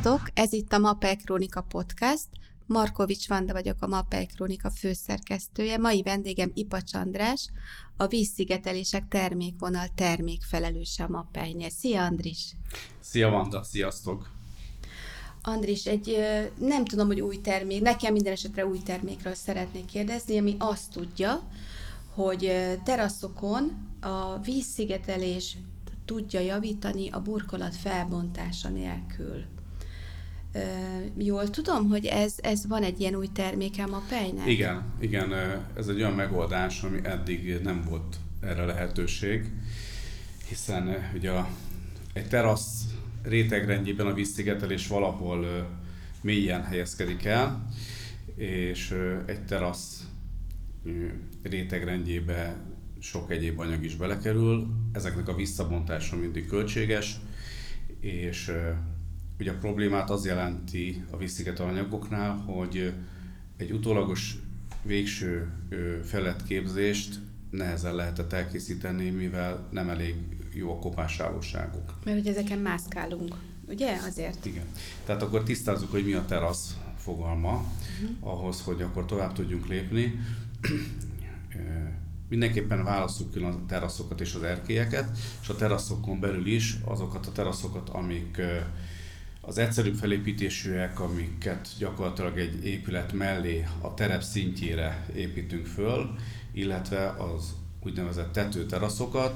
Sziasztok! Ez itt a Mappely Krónika Podcast. Markovics Vanda vagyok, a Mappely Krónika főszerkesztője. Mai vendégem Ipacs András, a vízszigetelések termékvonal termékfelelőse a Mappelynél. Szia, Andris! Szia, Vanda! Sziasztok! Andris, nem tudom, hogy új termék, nekem minden esetre új termékről szeretnék kérdezni, ami azt tudja, hogy teraszokon a vízszigetelés tudja javítani a burkolat felbontása nélkül. Jól tudom, hogy ez van egy ilyen új terméke a Mappelynek? Igen, ez egy olyan megoldás, ami eddig nem volt erre lehetőség, hiszen ugye egy terasz rétegrendjében a vízszigetelés valahol mélyen helyezkedik el, és egy terasz rétegrendjébe sok egyéb anyag is belekerül, ezeknek a visszabontása mindig költséges, és ugye a problémát az jelenti a vízszigetelő anyagoknál, hogy egy utólagos végső felületképzést nehezen lehetett elkészíteni, mivel nem elég jó a kopásállóságuk. Mert ugye ezeken mászkálunk, ugye? Azért. Igen. Tehát akkor tisztázzuk, hogy mi a terasz fogalma, ahhoz, hogy akkor tovább tudjunk lépni. Mindenképpen válasszuk külön a teraszokat és az erkélyeket, és a teraszokon belül is azokat a teraszokat, amik az egyszerűbb felépítésűek, amiket gyakorlatilag egy épület mellé a terep szintjére építünk föl, illetve az úgynevezett tetőteraszokat,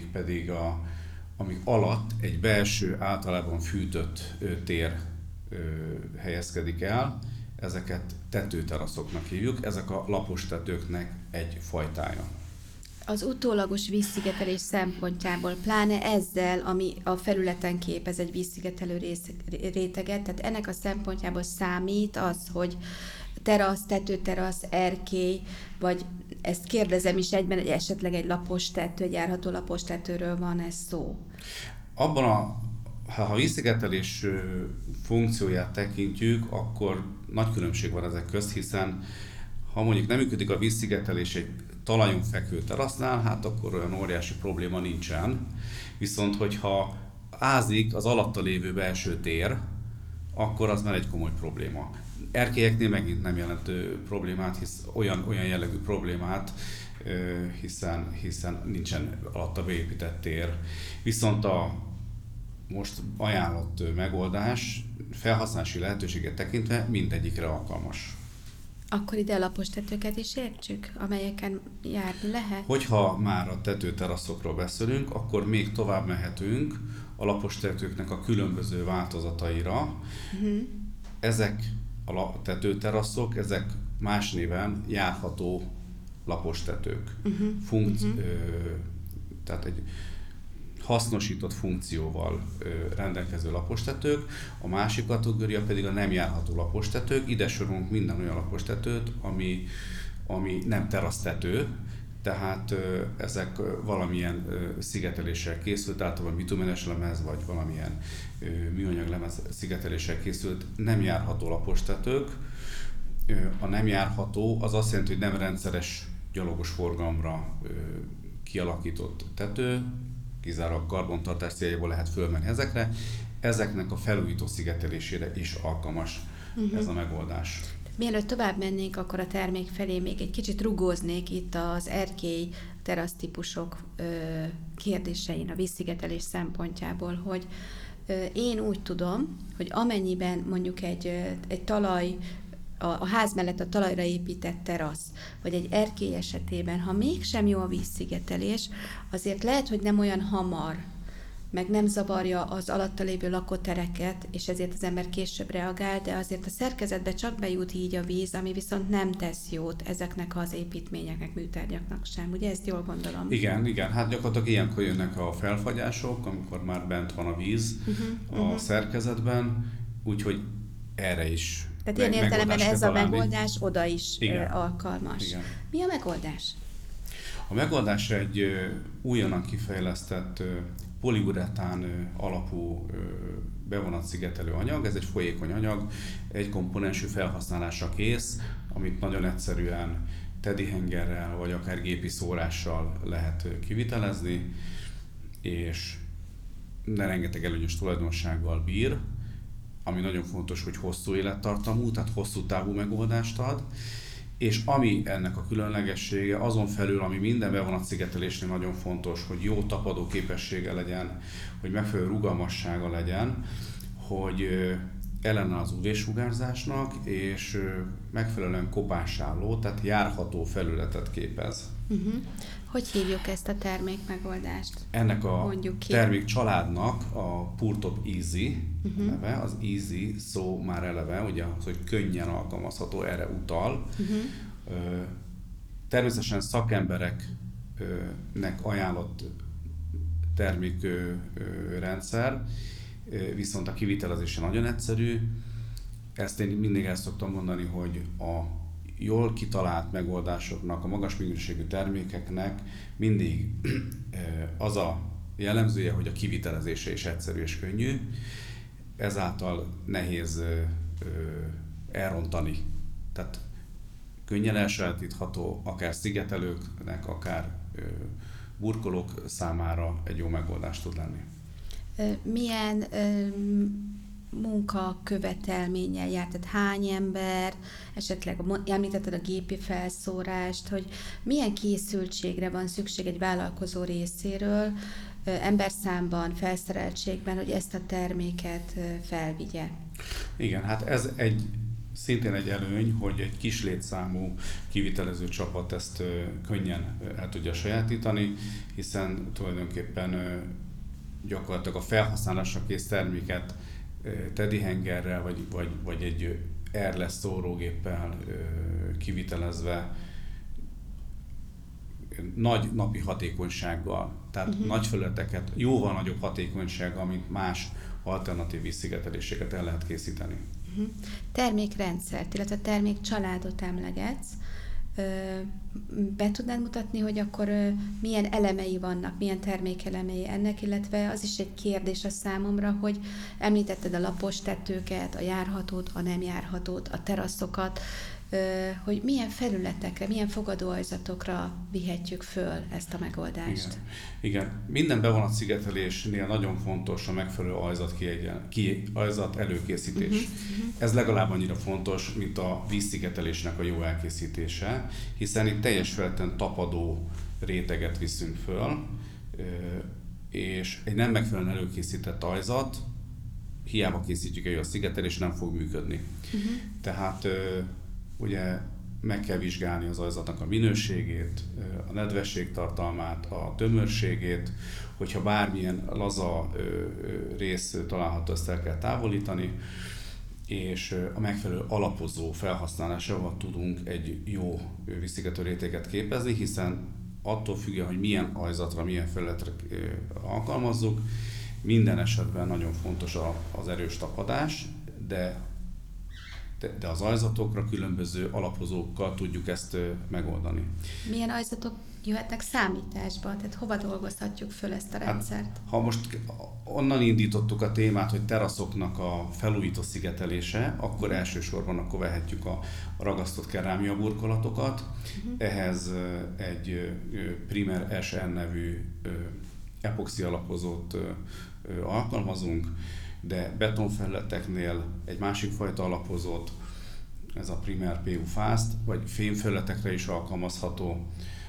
amik alatt egy belső, általában fűtött tér helyezkedik el. Ezeket tetőteraszoknak hívjuk, ezek a lapos tetőknek egy fajtája. Az utólagos vízszigetelés szempontjából, pláne ezzel, ami a felületen képez egy vízszigetelő réteget, tehát ennek a szempontjából számít az, hogy terasz, tetőterasz, erkély, vagy ezt kérdezem is egyben, hogy esetleg egy lapos tető, egy járható lapos tetőről van ez szó? Ha a vízszigetelés funkcióját tekintjük, akkor nagy különbség van ezek közt, hiszen ha mondjuk nem működik a vízszigetelés egy talajon fekvő terasznál, hát akkor olyan óriási probléma nincsen. Viszont hogyha ázik az alatta lévő belső tér, akkor az már egy komoly probléma. Erkélyeknél megint nem jelent problémát, hisz olyan jellegű problémát, hiszen nincsen alatta beépített tér. Viszont a most ajánlott megoldás felhasználási lehetőséget tekintve mindegyikre alkalmas. Akkor ide a lapos tetőket is értsük, amelyeken járni lehet? Hogyha már a tetőteraszokról beszélünk, akkor még tovább mehetünk a lapos tetőknek a különböző változataira. Ezek a tetőteraszok, ezek más néven járható lapos tetők. Tehát egy hasznosított funkcióval rendelkező lapostetők, a másik kategória pedig a nem járható lapostetők. Ide sorolunk minden olyan lapostetőt, ami nem terasztető, tehát ezek valamilyen szigeteléssel készült, általában bitumenes lemez, vagy valamilyen műanyag lemez szigeteléssel készült nem járható lapostetők. A nem járható az azt jelenti, hogy nem rendszeres gyalogos forgalomra kialakított tető, kizárólag karbantartás céljából lehet fölmenni ezekre. Ezeknek a felújító szigetelésére is alkalmas ez a megoldás. Mielőtt tovább mennénk, akkor a termék felé még egy kicsit rugóznék itt az erkély terasztípusok kérdésein a vízszigetelés szempontjából, hogy én úgy tudom, hogy amennyiben mondjuk egy talaj, a ház mellett a talajra épített terasz, vagy egy erkély esetében, ha mégsem jó a vízszigetelés, azért lehet, hogy nem olyan hamar, meg nem zavarja az alatta lévő lakótereket, és ezért az ember később reagál, de azért a szerkezetbe csak bejut így a víz, ami viszont nem tesz jót ezeknek az építményeknek, műtárgyaknak sem. Ugye ezt jól gondolom? Igen, hát gyakorlatilag ilyenkor jönnek a felfagyások, amikor már bent van a víz a szerkezetben, úgyhogy erre is. Tehát ilyen értelemben ez a megoldás oda is alkalmas. Igen. Mi a megoldás? A megoldás egy újonnan kifejlesztett poliuretán alapú bevonatszigetelő anyag. Ez egy folyékony anyag, egy komponensű felhasználásra kész, amit nagyon egyszerűen teddyhengerrel vagy akár gépi szórással lehet kivitelezni, és rengeteg előnyös tulajdonsággal bír. ami nagyon fontos, hogy hosszú élettartamú, tehát hosszú távú megoldást ad, és ami ennek a különlegessége, azon felül, ami minden bevonatszigetelésnél nagyon fontos, hogy jó tapadó képessége legyen, hogy megfelelő rugalmassága legyen, hogy ellenáll az UV-sugárzásnak, és megfelelően kopásálló, tehát járható felületet képez. Hogy hívjuk ezt a termékmegoldást? Ennek a termék családnak a PurTop Easy neve, az Easy szó már eleve, ugye az, hogy könnyen alkalmazható, erre utal. Természetesen szakembereknek ajánlott termékrendszer, viszont a kivitelezése nagyon egyszerű. Ezt én mindig el szoktam mondani, hogy a jól kitalált megoldásoknak, a magas minőségű termékeknek mindig az a jellemzője, hogy a kivitelezése is egyszerű és könnyű, ezáltal nehéz elrontani. Tehát könnyen elsajátítható, akár szigetelőknek, akár burkolók számára egy jó megoldás tud lenni. Milyen munkakövetelménnyel jár, tehát hány ember, esetleg említetted a gépi felszórást, hogy milyen készültségre van szükség egy vállalkozó részéről, emberszámban, felszereltségben, hogy ezt a terméket felvigye? Igen, hát ez szintén egy előny, hogy egy kis létszámú kivitelező csapat ezt könnyen el tudja sajátítani, hiszen tulajdonképpen gyakorlatilag a felhasználásra kész terméket teddyhengerrel vagy egy airless szórógéppel kivitelezve nagy napi hatékonysággal, tehát nagy felületeket, jóval nagyobb hatékonysággal, mint más alternatív vízszigeteléseket el lehet készíteni. Termékrendszert, illetve termékcsaládot emlegetsz. Be tudnád mutatni, hogy akkor milyen elemei vannak, milyen termékelemei ennek, illetve az is egy kérdés a számomra, hogy említetted a lapos tetőket, a járhatót, a nem járhatót, a teraszokat, hogy milyen felületekre, milyen fogadóajzatokra vihetjük föl ezt a megoldást. Igen. Minden bevonatszigetelésnél nagyon fontos a megfelelő ajzat előkészítés. Ez legalább annyira fontos, mint a vízszigetelésnek a jó elkészítése, hiszen itt teljes felületen tapadó réteget viszünk föl, és egy nem megfelelően előkészített ajzat, hiába készítjük el a szigetelés, nem fog működni. Tehát ugye meg kell vizsgálni az ajzatnak a minőségét, a nedvesség tartalmát, a tömörségét, hogyha bármilyen laza rész található, ezt el kell távolítani, és a megfelelő alapozó felhasználásával tudunk egy jó vízszigetelő réteget képezni, hiszen attól függően, hogy milyen ajzatra, milyen felületre alkalmazzuk, minden esetben nagyon fontos az erős tapadás, de az ajzatokra különböző alapozókkal tudjuk ezt megoldani. Milyen ajzatok jöhetnek számításba? Tehát hova dolgozhatjuk föl ezt a rendszert? Hát, ha most onnan indítottuk a témát, hogy teraszoknak a felújító szigetelése, akkor elsősorban akkor vehetjük a ragasztott kerámia burkolatokat. Ehhez egy Primer SN nevű epoxi alapozót alkalmazunk, de betonfelületeknél egy másik fajta alapozót, ez a Primer PU Fast, vagy fémfelületekre is alkalmazható,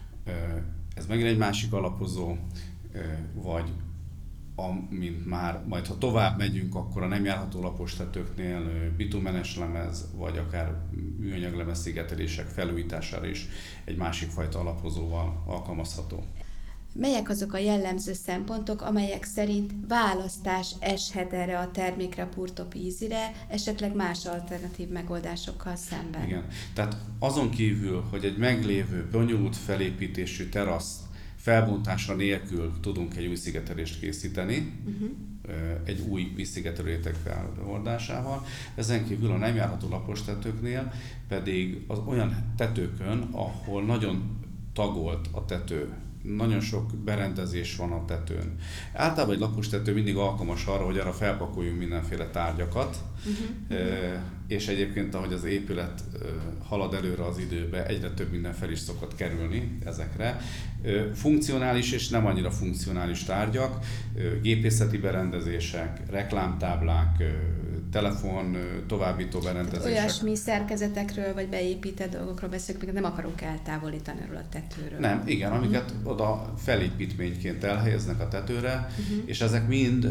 ez megint egy másik alapozó, vagy mint már, majd ha tovább megyünk, akkor a nem járható lapostetőknél bitumenes lemez, vagy akár műanyaglemez szigetelések felújítására is egy másik fajta alapozóval alkalmazható. Melyek azok a jellemző szempontok, amelyek szerint választás eshet erre a termékre, a PurTop Easy-re, esetleg más alternatív megoldásokkal szemben? Igen, tehát azon kívül, hogy egy meglévő, bonyolult felépítésű terasz felbontásra nélkül tudunk egy új szigetelést készíteni, egy új vízszigetelő réteg feloldásával. Ezen kívül a nem járható lapostetőknél pedig az olyan tetőkön, ahol nagyon tagolt a tető, nagyon sok berendezés van a tetőn. Általában egy lapostető mindig alkalmas arra, hogy arra felpakoljunk mindenféle tárgyakat, és egyébként, ahogy az épület halad előre az időbe, egyre több minden fel is szokott kerülni ezekre. Funkcionális és nem annyira funkcionális tárgyak, gépészeti berendezések, reklámtáblák, telefon, továbbító berendezések. Olyasmi szerkezetekről, vagy beépített dolgokról beszélünk, amiket nem akarunk eltávolítani erről a tetőről. Nem, igen, amiket oda felépítményként elhelyeznek a tetőre, és ezek mind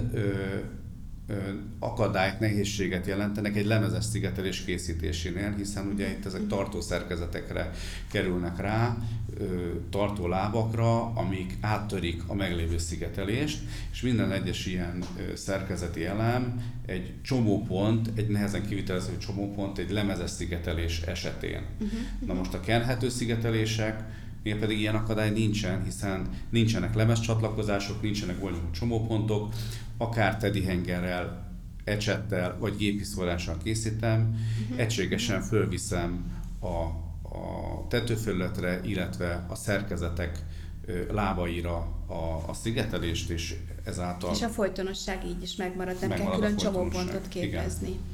akadályt, nehézséget jelentenek egy lemezes szigetelés készítésénél, hiszen ugye itt ezek tartó szerkezetekre kerülnek rá, tartó lábakra, amik áttörik a meglévő szigetelést, és minden egyes ilyen szerkezeti elem egy csomópont, egy nehezen kivitelezhető csomópont egy lemezes szigetelés esetén. Na most a kenhető szigeteléseknél pedig ilyen akadály nincsen, hiszen nincsenek lemezcsatlakozások, nincsenek bonyolult csomópontok, akár tedihengerrel, ecsettel vagy gépiszórással készítem, egységesen fölviszem a tetőfelületre, illetve a szerkezetek lábaira a szigetelést, és ezáltal... És a folytonosság így is megmarad, nem kell külön csomópontot képezni. Igen.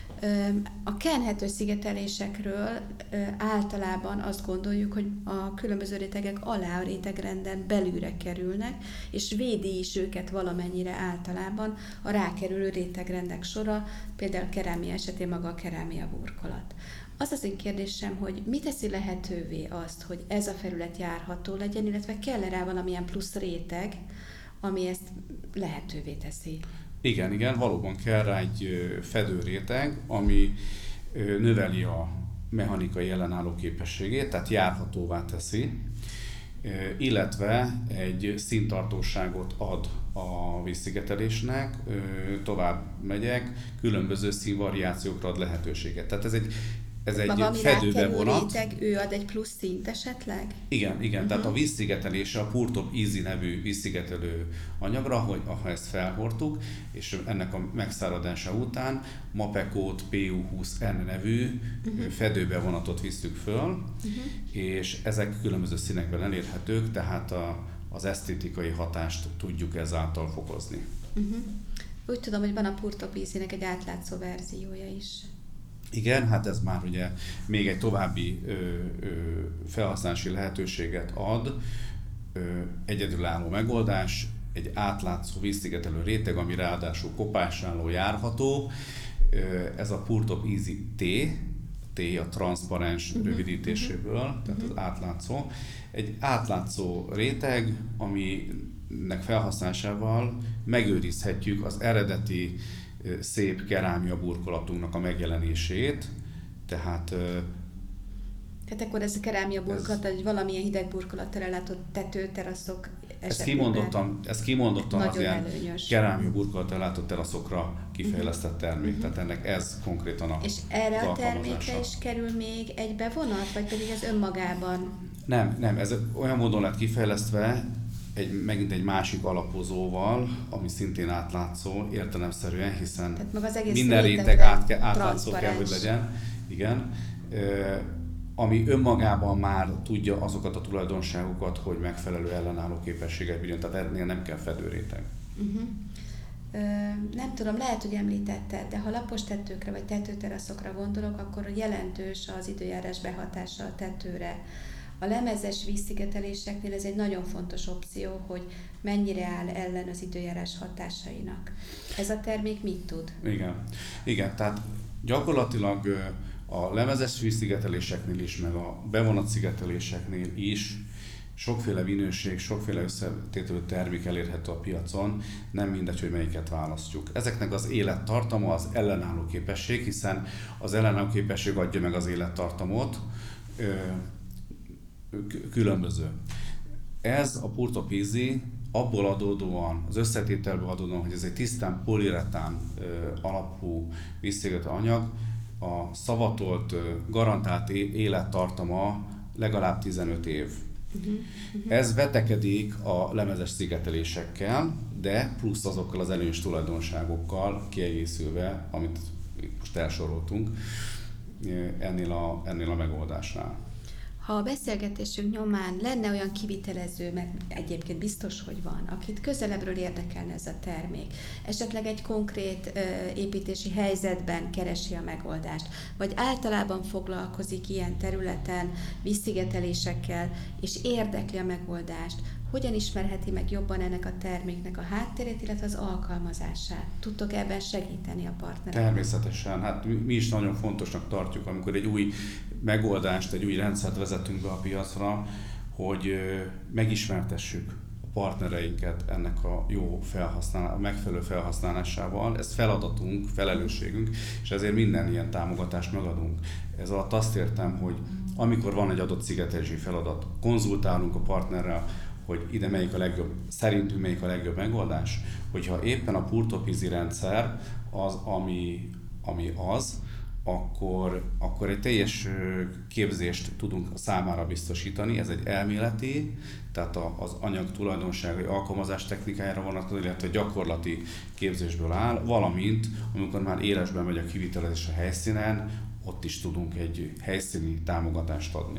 A kenhető szigetelésekről általában azt gondoljuk, hogy a különböző rétegek alá a rétegrenden belülre kerülnek, és védi is őket valamennyire általában a rákerülő rétegrendek sora, például kerámia esetén maga a kerámia burkolat. Az én kérdésem, hogy mi teszi lehetővé azt, hogy ez a felület járható legyen, illetve kell-e rá valamilyen plusz réteg, ami ezt lehetővé teszi? Igen, valóban kell rá egy fedőréteg, ami növeli a mechanikai ellenálló képességét, tehát járhatóvá teszi, illetve egy színtartóságot ad a vízszigetelésnek, tovább megyek, különböző színvariációkra ad lehetőséget. Tehát ez egy fedőbevonat. Réteg, ő ad egy plusz szint esetleg? Igen, tehát a vízszigetelése a Purtop Easy nevű vízszigetelő anyagra, hogy ha ezt felhordtuk, és ennek a megszáradása után Mapecót PU20N nevű fedőbevonatot visztük föl, és ezek különböző színekben elérhetők, tehát az esztétikai hatást tudjuk ezáltal fokozni. Úgy tudom, hogy van a Purtop Easy-nek egy átlátszó verziója is. Igen, hát ez már ugye még egy további felhasználási lehetőséget ad, egyedülálló megoldás, egy átlátszó vízszigetelő réteg, ami ráadásul kopásálló járható. Ez a Purtop Easy T a transzparens rövidítéséből, tehát az átlátszó. Egy átlátszó réteg, aminek felhasználásával megőrizhetjük az eredeti szép kerámia burkolatunknak a megjelenését, tehát akkor ez a kerámia burkolat, vagy valamilyen hideg burkolattal ellátott tetőteraszok esetében. Ez kimondottan az ilyen előnyös. kerámia burkolattal ellátott teraszokra kifejlesztett termék, tehát ennek ez konkrétan a És erre a termékre is kerül még egy bevonat, vagy pedig ez önmagában? Nem, ez olyan módon lett kifejlesztve, megint egy másik alapozóval, ami szintén átlátszó értelemszerűen, hiszen minden réteg átlátszó kell, hogy legyen. Igen. Ami önmagában már tudja azokat a tulajdonságokat, hogy megfelelő ellenálló képességet bírjon, tehát ennél nem kell fedőréteg. Nem tudom, lehet, hogy említetted, de ha lapos tetőkre vagy tetőteraszokra gondolok, akkor jelentős az időjárás behatása a tetőre. A lemezes vízszigeteléseknél ez egy nagyon fontos opció, hogy mennyire áll ellen az időjárás hatásainak. Ez a termék mit tud? Igen, tehát gyakorlatilag a lemezes vízszigeteléseknél is, meg a bevonatszigeteléseknél is sokféle minőség, sokféle összetételű termék elérhető a piacon, nem mindegy, hogy melyiket választjuk. Ezeknek az élettartama az ellenálló képesség, hiszen az ellenálló képesség adja meg az élettartamot, különböző. Ez a Purtop Easy abból adódóan, az összetételből adódóan, hogy ez egy tisztán poliuretán alapú vízszigetelő anyag, a szavatolt garantált élettartama legalább 15 év. Ez vetekedik a lemezes szigetelésekkel, de plusz azokkal az előnyös tulajdonságokkal kiegészülve, amit most elsoroltunk ennél a megoldásnál. Ha a beszélgetésünk nyomán lenne olyan kivitelező, mert egyébként biztos, hogy van, akit közelebbről érdekelne ez a termék, esetleg egy konkrét építési helyzetben keresi a megoldást, vagy általában foglalkozik ilyen területen vízszigetelésekkel, és érdekli a megoldást, hogyan ismerheti meg jobban ennek a terméknek a háttérét, illetve az alkalmazását? Tudtok ebben segíteni a partnereknek? Természetesen. Hát mi is nagyon fontosnak tartjuk, amikor egy új megoldást, egy új rendszert vezetünk be a piacra, hogy megismertessük a partnereinket ennek a jó a megfelelő felhasználásával. Ez feladatunk, felelősségünk, és ezért minden ilyen támogatást megadunk. Ez alatt azt értem, hogy amikor van egy adott szigetelési feladat, konzultálunk a partnerrel, hogy ide melyik a legjobb, szerintünk melyik a legjobb megoldás, hogyha éppen a Purtopizi rendszer az, ami az, akkor egy teljes képzést tudunk számára biztosítani. Ez egy elméleti, tehát az anyag tulajdonságai, alkalmazás technikájára vonatkozó, illetve gyakorlati képzésből áll, valamint amikor már élesben megy a kivitelezés a helyszínen, ott is tudunk egy helyszíni támogatást adni.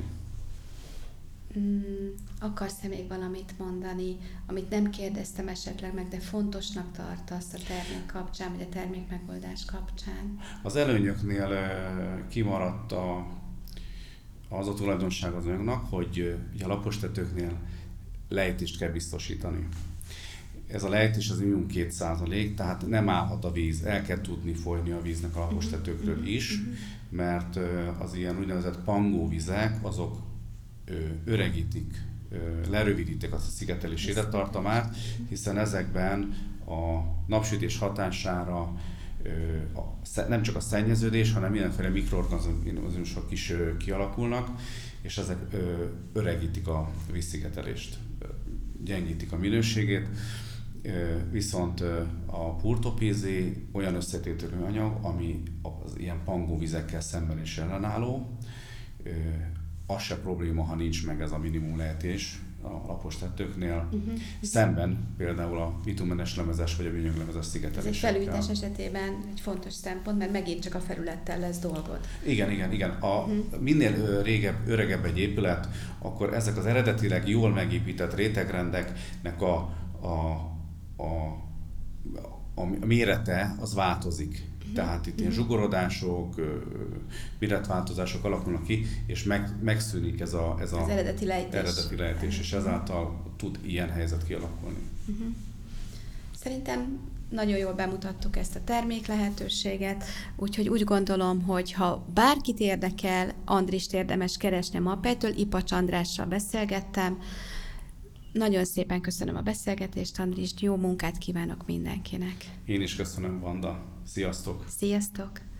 Akarsz-e még valamit mondani, amit nem kérdeztem esetleg meg, de fontosnak tartasz a termék kapcsán, vagy a termék megoldás kapcsán? Az előnyöknél kimaradt az a tulajdonság az anyagnak, hogy a lapostetőknél lejtést kell biztosítani. Ez a lejtés az minimum 2%, tehát nem állhat a víz, el kell tudni folyni a víznek a lapostetőkről is, mert az ilyen úgynevezett pangóvizek, azok öregítik, lerövidítik a szigetelés élettartamát, hiszen ezekben a napsütés hatására nem csak a szennyeződés, hanem mindenféle mikroorganizmusok is kialakulnak, és ezek öregítik a vízszigetelést, gyengítik a minőségét, viszont a Purtopizi olyan összetételű anyag, ami az ilyen pangóvizekkel szemben is ellenálló. Az se probléma, ha nincs meg ez a minimum lejtés a lapostetőknél, szemben például a bitumenes lemezes vagy a műanyaglemezes szigetelésekkel. Ez egy felújítás esetében egy fontos szempont, mert megint csak a felülettel lesz dolgod. Igen. Minél öregebb egy épület, akkor ezek az eredetileg jól megépített rétegrendeknek a mérete az változik. Tehát itt ilyen zsugorodások, méretváltozások alakulnak ki, és megszűnik ez az eredeti lejtés, és ezáltal tud ilyen helyzet kialakulni. Szerintem nagyon jól bemutattuk ezt a termék lehetőséget, úgyhogy úgy gondolom, hogy ha bárkit érdekel, Andrist érdemes keresni a Mapei-től. Ipacs Andrással beszélgettem. Nagyon szépen köszönöm a beszélgetést, Andrist, jó munkát kívánok mindenkinek. Én is köszönöm, Vanda. Sziasztok! Sziasztok!